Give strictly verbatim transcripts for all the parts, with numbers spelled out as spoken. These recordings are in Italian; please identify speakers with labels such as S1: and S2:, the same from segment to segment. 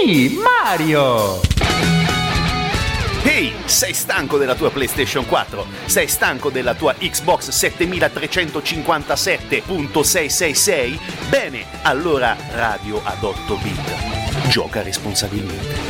S1: Sì, Mario!
S2: Ehi, sei stanco della tua PlayStation quattro? Sei stanco della tua Xbox setemilatrecentocinquantasette punto seicentosessantasei? Bene, allora Radio ad otto bit. Gioca responsabilmente.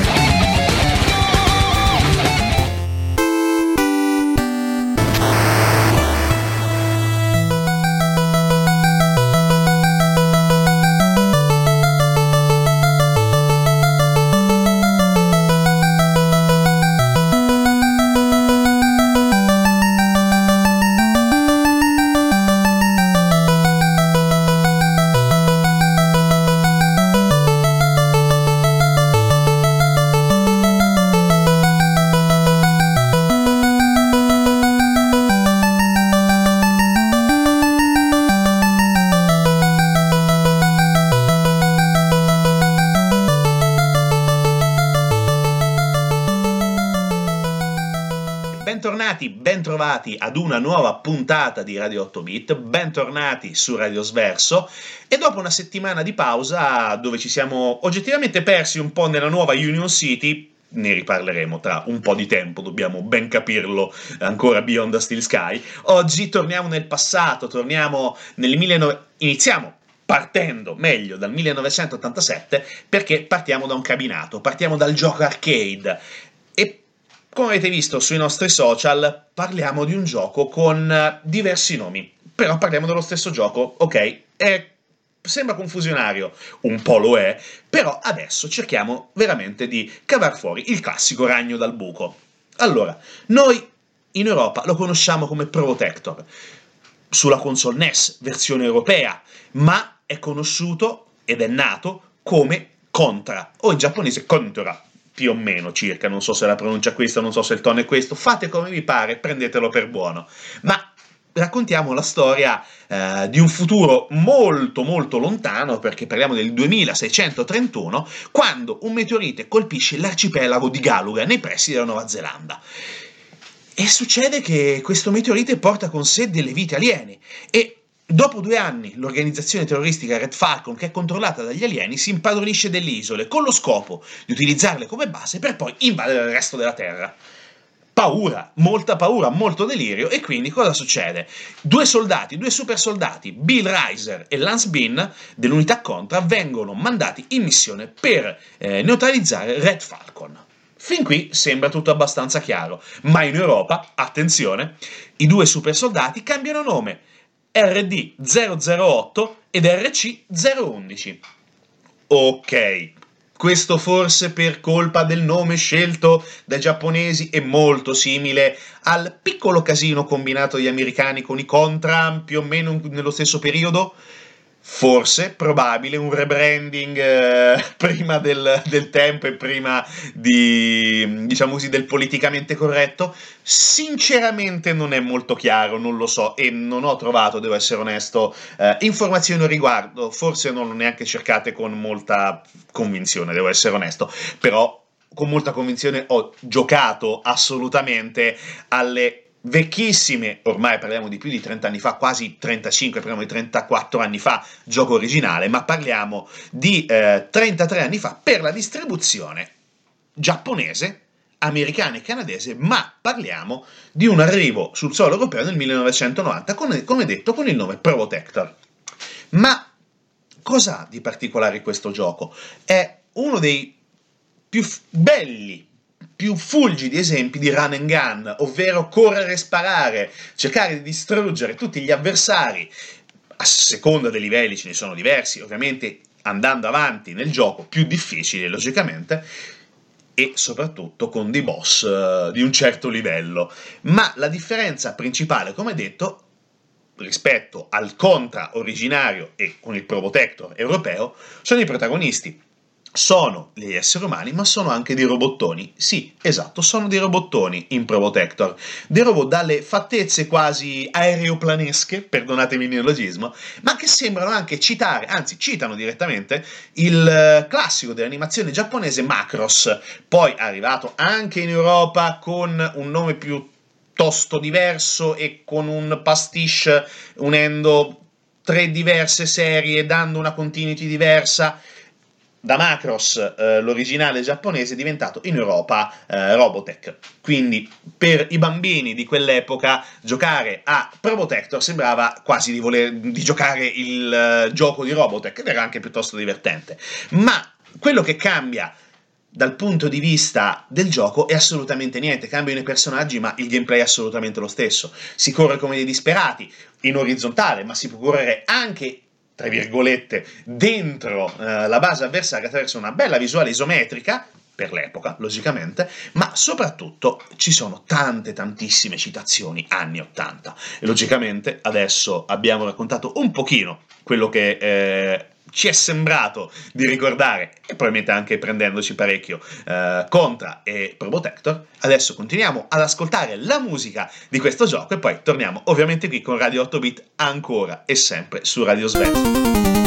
S3: Bentornati, bentrovati ad una nuova puntata di Radio otto bit, bentornati su Radio Sverso e dopo una settimana di pausa dove ci siamo oggettivamente persi un po' nella nuova Union City, ne riparleremo tra un po' di tempo, dobbiamo ben capirlo ancora Beyond the Steel Sky, oggi torniamo nel passato, torniamo nel millenovecento, iniziamo partendo meglio dal millenovecentottantasette perché partiamo da un cabinato, partiamo dal gioco arcade e come avete visto sui nostri social, parliamo di un gioco con diversi nomi, però parliamo dello stesso gioco, ok? È, sembra confusionario, un po' lo è, però adesso cerchiamo veramente di cavar fuori il classico ragno dal buco. Allora, noi in Europa lo conosciamo come Probotector, sulla console N E S, versione europea, ma è conosciuto ed è nato come Contra, o in giapponese Contra. Più o meno circa, non so se la pronuncia è questa, non so se il tono è questo, fate come vi pare, prendetelo per buono. Ma raccontiamo la storia eh, di un futuro molto molto lontano, perché parliamo del duemilaseicentotrentuno, quando un meteorite colpisce l'arcipelago di Galuga, nei pressi della Nuova Zelanda. E succede che questo meteorite porta con sé delle vite aliene, e dopo due anni l'organizzazione terroristica Red Falcon, che è controllata dagli alieni, si impadronisce delle isole con lo scopo di utilizzarle come base per poi invadere il resto della Terra. Paura, molta paura, molto delirio, e quindi cosa succede? Due soldati, due super soldati, Bill Reiser e Lance Bean, dell'unità Contra, vengono mandati in missione per eh, neutralizzare Red Falcon. Fin qui sembra tutto abbastanza chiaro, ma in Europa, attenzione, i due super soldati cambiano nome. R D zero zero otto ed R C zero undici. Ok, questo forse per colpa del nome scelto dai giapponesi è molto simile al piccolo casino combinato dagli americani con i Contra, più o meno nello stesso periodo? Forse, probabile, un rebranding eh, prima del, del tempo e prima di, diciamo così, del politicamente corretto? Sinceramente non è molto chiaro, non lo so, e non ho trovato, devo essere onesto, eh, informazioni al riguardo, forse non l'ho neanche cercate con molta convinzione, devo essere onesto, però con molta convinzione ho giocato assolutamente alle vecchissime, ormai parliamo di più di trenta anni fa, quasi trentacinque, parliamo di trentaquattro anni fa, gioco originale, ma parliamo di eh, trentatré anni fa per la distribuzione giapponese, americana e canadese, ma parliamo di un arrivo sul suolo europeo nel millenovecentonovanta, con, come detto, con il nome Probotector. Ma cos'ha di particolare questo gioco? È uno dei più f- belli, più fulgidi esempi di run and gun, ovvero correre e sparare, cercare di distruggere tutti gli avversari. A seconda dei livelli ce ne sono diversi, ovviamente andando avanti nel gioco più difficile logicamente, e soprattutto con dei boss uh, di un certo livello. Ma la differenza principale, come detto, rispetto al Contra originario e con il Probotector europeo, sono i protagonisti. Sono degli esseri umani, ma sono anche dei robottoni. Sì, esatto, sono dei robottoni in Probotector. Dei robot dalle fattezze quasi aeroplanesche, perdonatemi il neologismo, ma che sembrano anche citare, anzi citano direttamente, il classico dell'animazione giapponese Macross, poi arrivato anche in Europa con un nome piuttosto diverso e con un pastiche unendo tre diverse serie, dando una continuity diversa. da Macross, eh, l'originale giapponese, è diventato in Europa eh, Robotech. Quindi per i bambini di quell'epoca giocare a Probotector sembrava quasi di voler di giocare il uh, gioco di Robotech, ed era anche piuttosto divertente. Ma quello che cambia dal punto di vista del gioco è assolutamente niente. Cambiano i personaggi, ma il gameplay è assolutamente lo stesso. Si corre come dei disperati in orizzontale, ma si può correre anche, tra virgolette, dentro eh, la base avversaria attraverso una bella visuale isometrica, per l'epoca, logicamente, ma soprattutto ci sono tante, tantissime citazioni anni ottanta. E logicamente adesso abbiamo raccontato un pochino quello che eh, ci è sembrato di ricordare, e probabilmente anche prendendoci parecchio, eh, Contra e Probotector. Adesso continuiamo ad ascoltare la musica di questo gioco e poi torniamo ovviamente qui con Radio otto bit, ancora e sempre su Radio Sverso.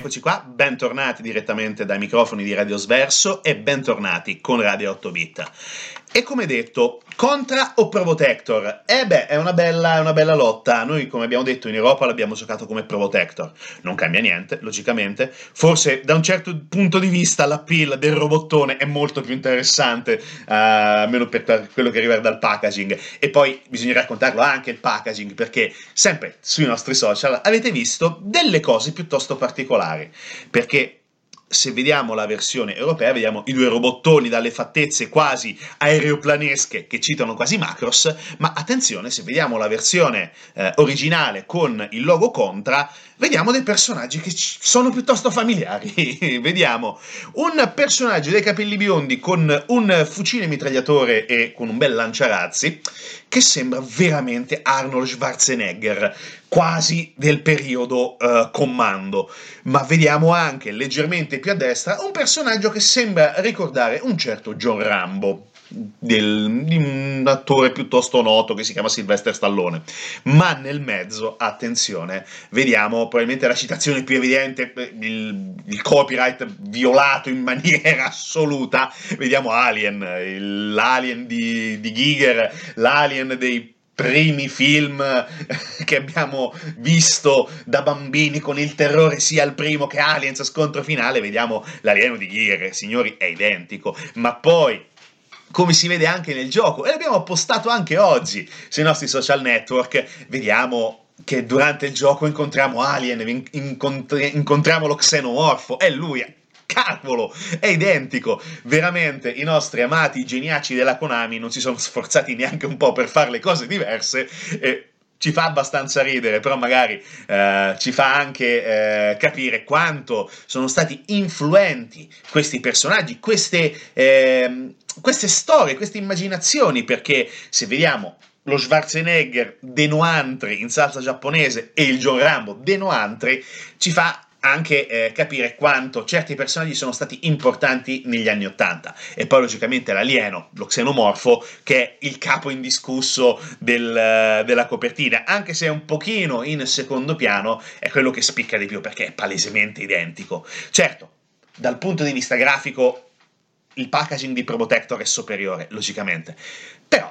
S3: Eccoci qua, bentornati direttamente dai microfoni di Radio Sverso e bentornati con Radio otto bit. E come detto, Contra o Probotector? Eh beh, è una bella, è una bella lotta. Noi, come abbiamo detto, in Europa l'abbiamo giocato come Probotector. Non cambia niente, logicamente. Forse, da un certo punto di vista, l'appeal del robottone è molto più interessante, uh, almeno per, per quello che riguarda il packaging. E poi bisogna raccontarlo anche il packaging, perché sempre sui nostri social avete visto delle cose piuttosto particolari. Perché se vediamo la versione europea, vediamo i due robottoni dalle fattezze quasi aeroplanesche che citano quasi Macross, ma attenzione, se vediamo la versione eh, originale con il logo Contra, vediamo dei personaggi che sono piuttosto familiari. Vediamo un personaggio dai capelli biondi con un fucile mitragliatore e con un bel lanciarazzi, che sembra veramente Arnold Schwarzenegger, quasi del periodo uh, Commando. Ma vediamo anche, leggermente più a destra, un personaggio che sembra ricordare un certo John Rambo, del, di un attore piuttosto noto che si chiama Sylvester Stallone. Ma nel mezzo, attenzione, vediamo probabilmente la citazione più evidente, il, il copyright violato in maniera assoluta, vediamo Alien, il, l'Alien di, di Giger, l'Alien dei primi film che abbiamo visto da bambini con il terrore sia al primo che Aliens scontro finale. Vediamo l'alieno di Giger, signori, è identico, ma poi come si vede anche nel gioco, e l'abbiamo postato anche oggi sui nostri social network, vediamo che durante il gioco incontriamo Alien, incontri- incontriamo lo xenomorfo, è lui, cavolo, è identico. Veramente i nostri amati geniaci della Konami non si sono sforzati neanche un po' per fare le cose diverse, e ci fa abbastanza ridere, però magari eh, ci fa anche eh, capire quanto sono stati influenti questi personaggi, queste, eh, queste storie, queste immaginazioni, perché se vediamo lo Schwarzenegger de Noantre in salsa giapponese e il John Rambo de Noantre, ci fa anche eh, capire quanto certi personaggi sono stati importanti negli anni Ottanta. E poi logicamente l'alieno, lo xenomorfo, che è il capo indiscusso del, della copertina, anche se è un pochino in secondo piano, è quello che spicca di più perché è palesemente identico. Certo, dal punto di vista grafico il packaging di Probotector è superiore, logicamente, però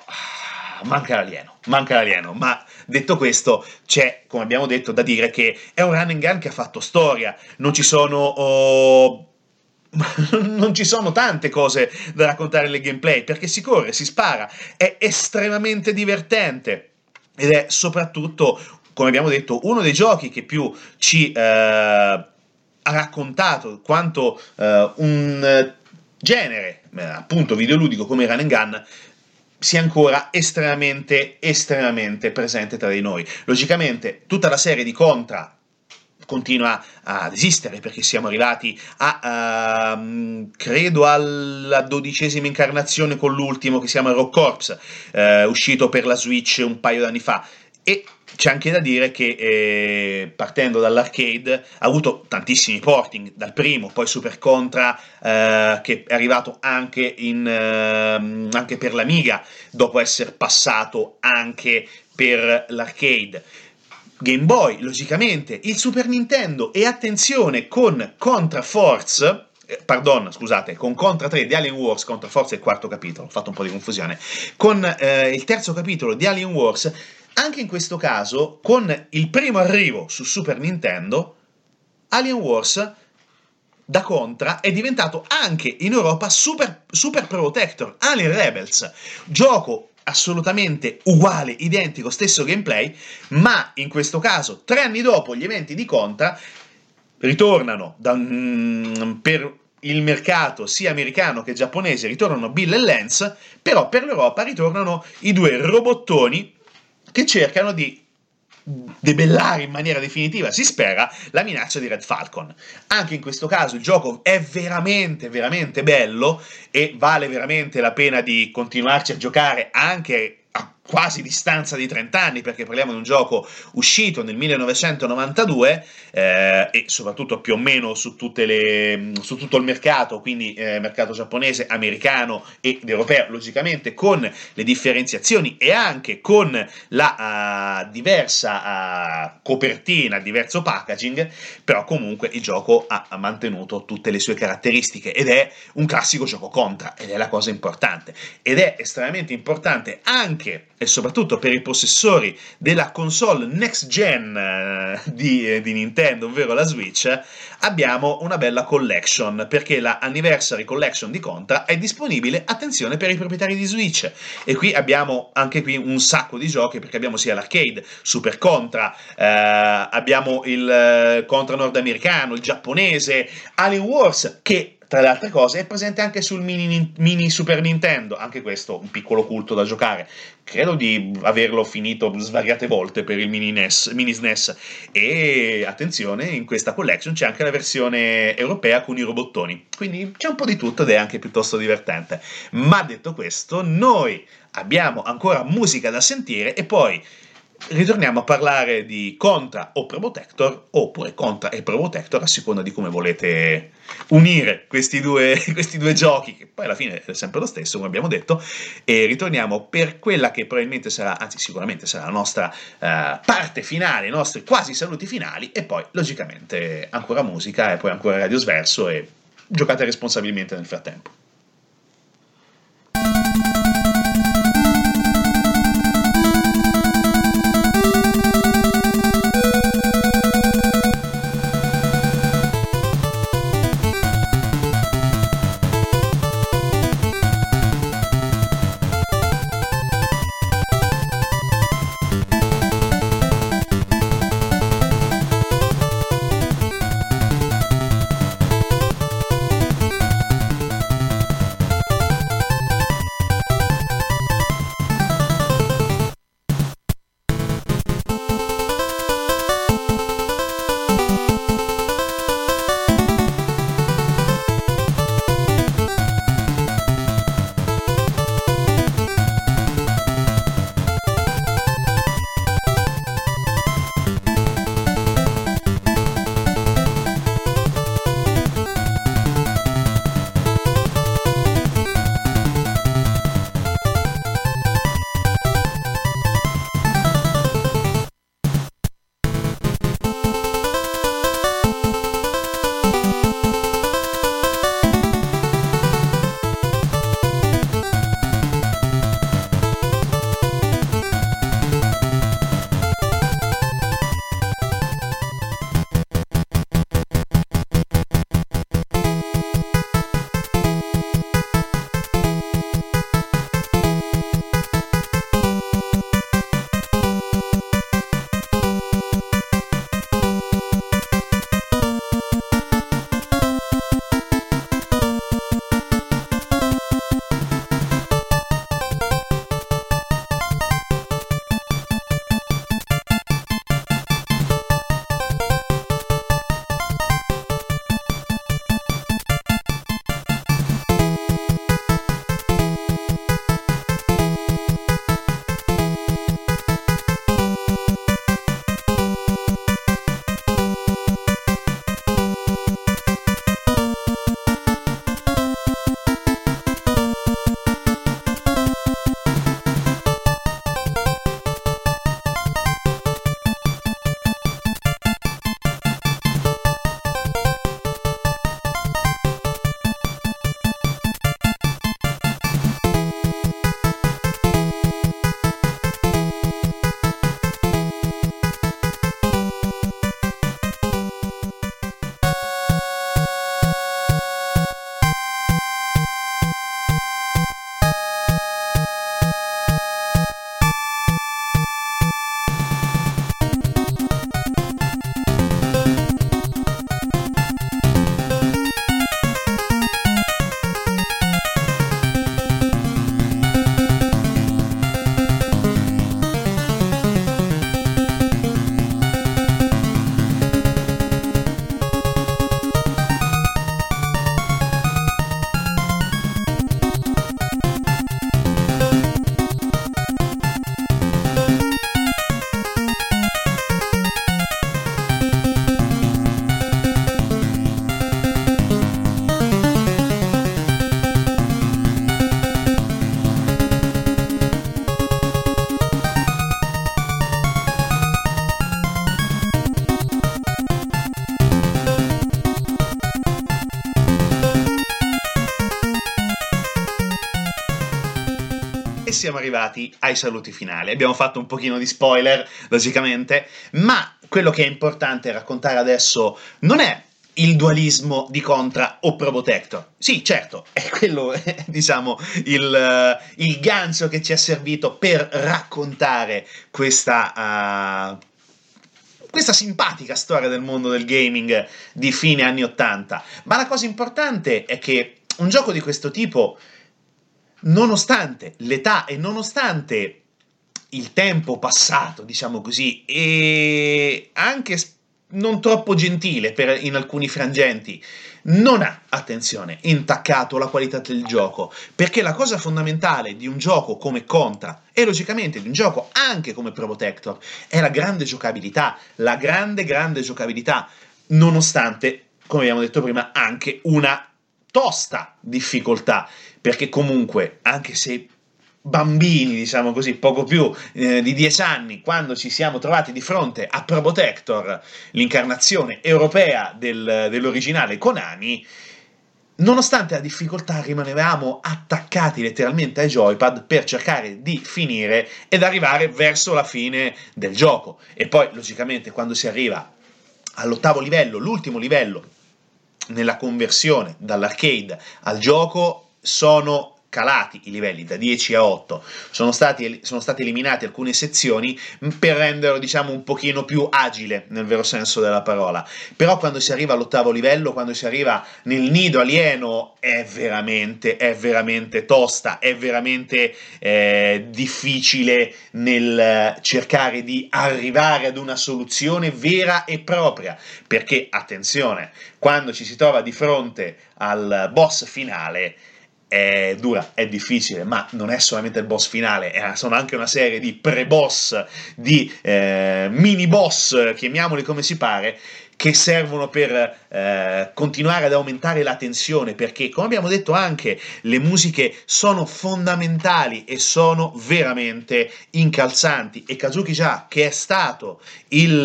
S3: manca l'alieno, manca l'alieno, ma detto questo c'è, come abbiamo detto, da dire che è un run and gun che ha fatto storia, non ci sono oh, non ci sono tante cose da raccontare nel gameplay, perché si corre, si spara, è estremamente divertente ed è soprattutto, come abbiamo detto, uno dei giochi che più ci eh, ha raccontato quanto eh, un genere, eh, appunto videoludico come run and gun, sia ancora estremamente, estremamente presente tra di noi. Logicamente tutta la serie di Contra continua ad esistere, perché siamo arrivati a, uh, credo, alla dodicesima incarnazione con l'ultimo, che si chiama Rock Corps, uh, uscito per la Switch un paio d'anni fa, e c'è anche da dire che eh, partendo dall'arcade ha avuto tantissimi porting, dal primo, poi Super Contra eh, che è arrivato anche, in, eh, anche per l'Amiga, dopo essere passato anche per l'arcade. Game Boy, logicamente, il Super Nintendo, e attenzione con Contra Force, eh, pardon, scusate, con Contra tre di Alien Wars. Contra Force è il quarto capitolo, ho fatto un po' di confusione, con eh, il terzo capitolo di Alien Wars. Anche in questo caso, con il primo arrivo su Super Nintendo, Alien Wars da Contra è diventato anche in Europa Super, Super Probotector, Alien Rebels, gioco assolutamente uguale, identico, stesso gameplay, ma in questo caso, tre anni dopo gli eventi di Contra, ritornano da, mm, per il mercato sia americano che giapponese, ritornano Bill e Lance, però per l'Europa ritornano i due robottoni che cercano di debellare in maniera definitiva, si spera, la minaccia di Red Falcon. Anche in questo caso il gioco è veramente, veramente bello e vale veramente la pena di continuarci a giocare anche a quasi distanza di trenta anni, perché parliamo di un gioco uscito nel millenovecentonovantadue eh, e soprattutto più o meno su, tutte le, su tutto il mercato, quindi eh, mercato giapponese, americano ed europeo, logicamente con le differenziazioni e anche con la uh, diversa uh, copertina, diverso packaging, però comunque il gioco ha, ha mantenuto tutte le sue caratteristiche ed è un classico gioco Contra, ed è la cosa importante, ed è estremamente importante anche e soprattutto per i possessori della console next gen eh, di, eh, di Nintendo, ovvero la Switch. Abbiamo una bella collection, perché la Anniversary Collection di Contra è disponibile, attenzione, per i proprietari di Switch, e qui abbiamo anche qui un sacco di giochi, perché abbiamo sia l'arcade, Super Contra, eh, abbiamo il eh, Contra nordamericano, il giapponese, Alien Wars, che tra le altre cose è presente anche sul mini, mini Super Nintendo, anche questo un piccolo culto da giocare. Credo di averlo finito svariate volte per il mini, N E S, mini S N E S. E attenzione, in questa collection c'è anche la versione europea con i robottoni, quindi c'è un po' di tutto ed è anche piuttosto divertente. Ma detto questo, noi abbiamo ancora musica da sentire e poi ritorniamo a parlare di Contra o Probotector, oppure Contra e Probotector, a seconda di come volete unire questi due, questi due giochi, che poi alla fine è sempre lo stesso, come abbiamo detto, e ritorniamo per quella che probabilmente sarà, anzi sicuramente sarà la nostra uh, parte finale, i nostri quasi saluti finali, e poi logicamente ancora musica e poi ancora Radio Sverso, e giocate responsabilmente nel frattempo. e siamo arrivati ai saluti finali. Abbiamo fatto un pochino di spoiler, logicamente, ma quello che è importante raccontare adesso non è il dualismo di Contra o Probotector. Sì, certo, è quello, diciamo, il, il gancio che ci è servito per raccontare questa... Uh, questa simpatica storia del mondo del gaming di fine anni ottanta. Ma la cosa importante è che un gioco di questo tipo, nonostante l'età e nonostante il tempo passato, diciamo così, e anche non troppo gentile per, in alcuni frangenti, non ha, attenzione, intaccato la qualità del gioco, perché la cosa fondamentale di un gioco come Contra, e logicamente di un gioco anche come Probotector, è la grande giocabilità, la grande grande giocabilità, nonostante, come abbiamo detto prima, anche una tosta difficoltà, perché comunque, anche se bambini, diciamo così, poco più eh, di dieci anni, quando ci siamo trovati di fronte a Probotector, l'incarnazione europea del, dell'originale Konami, nonostante la difficoltà rimanevamo attaccati letteralmente ai joypad per cercare di finire ed arrivare verso la fine del gioco. E poi, logicamente, quando si arriva all'ottavo livello, l'ultimo livello, nella conversione dall'arcade al gioco, sono calati i livelli da dieci a otto, sono stati, sono state eliminate alcune sezioni per renderlo, diciamo, un pochino più agile nel vero senso della parola. Però quando si arriva all'ottavo livello, quando si arriva nel nido alieno, è veramente, è veramente tosta, è veramente eh, difficile nel cercare di arrivare ad una soluzione vera e propria, perché, attenzione, quando ci si trova di fronte al boss finale, è dura, è difficile, ma non è solamente il boss finale, sono anche una serie di pre-boss, di eh, mini-boss, chiamiamoli come si pare, che servono per eh, continuare ad aumentare la tensione, perché, come abbiamo detto anche, le musiche sono fondamentali e sono veramente incalzanti, e Kazuki-ja, che è stato il...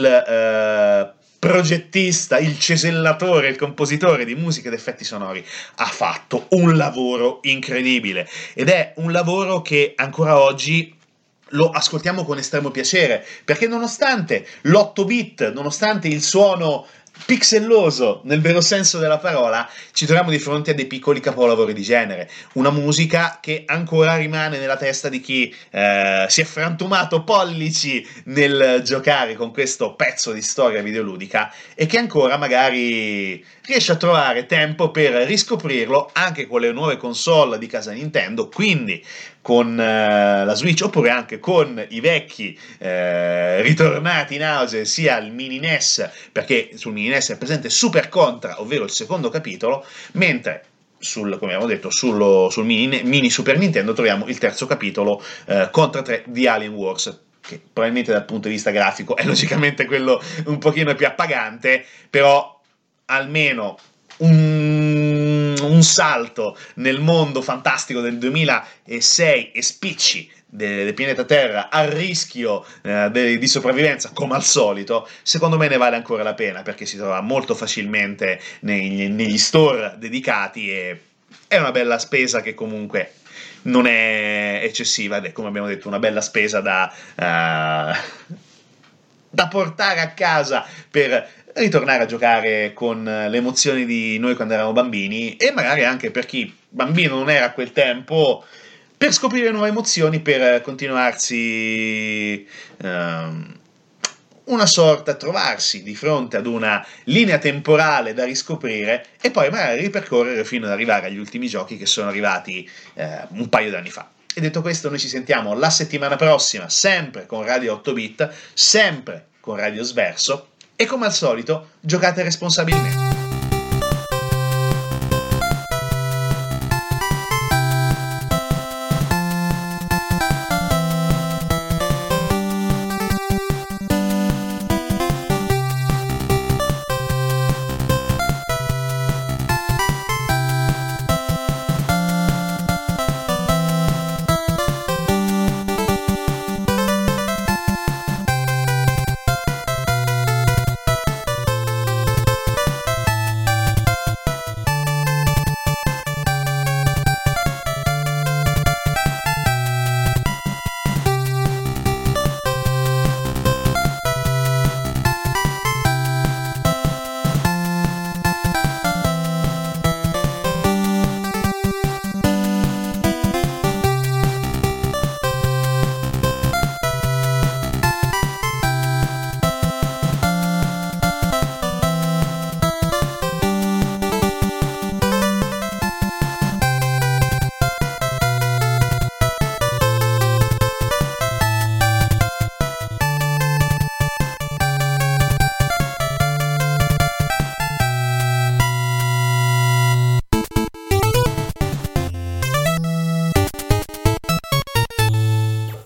S3: Eh, progettista, il cesellatore, il compositore di musica ed effetti sonori, ha fatto un lavoro incredibile, ed è un lavoro che ancora oggi lo ascoltiamo con estremo piacere, perché nonostante l'otto bit, nonostante il suono pixelloso nel vero senso della parola, ci troviamo di fronte a dei piccoli capolavori di genere, una musica che ancora rimane nella testa di chi eh, si è frantumato pollici nel giocare con questo pezzo di storia videoludica e che ancora magari riesce a trovare tempo per riscoprirlo anche con le nuove console di casa Nintendo, quindi con eh, la Switch, oppure anche con i vecchi eh, ritornati in auge, sia il mini N E S, perché sul mini N E S è presente Super Contra, ovvero il secondo capitolo, mentre sul, come abbiamo detto, sullo, sul mini, mini Super Nintendo troviamo il terzo capitolo, eh, Contra tre di Alien Wars, che probabilmente dal punto di vista grafico è logicamente quello un pochino più appagante, però almeno un, un salto nel mondo fantastico del duemilasei e spicci del de pianeta Terra a rischio eh, de, di sopravvivenza, come al solito, secondo me ne vale ancora la pena, perché si trova molto facilmente negli, negli store dedicati e è una bella spesa che comunque non è eccessiva, ed è, come abbiamo detto, una bella spesa da, uh, da portare a casa per ritornare a giocare con le emozioni di noi quando eravamo bambini, e magari anche per chi bambino non era a quel tempo, per scoprire nuove emozioni, per continuarsi um, una sorta, trovarsi di fronte ad una linea temporale da riscoprire e poi magari ripercorrere fino ad arrivare agli ultimi giochi che sono arrivati eh, un paio d'anni fa. E detto questo, noi ci sentiamo la settimana prossima, sempre con Radio otto bit, sempre con Radio Sverso, e come al solito, giocate responsabilmente.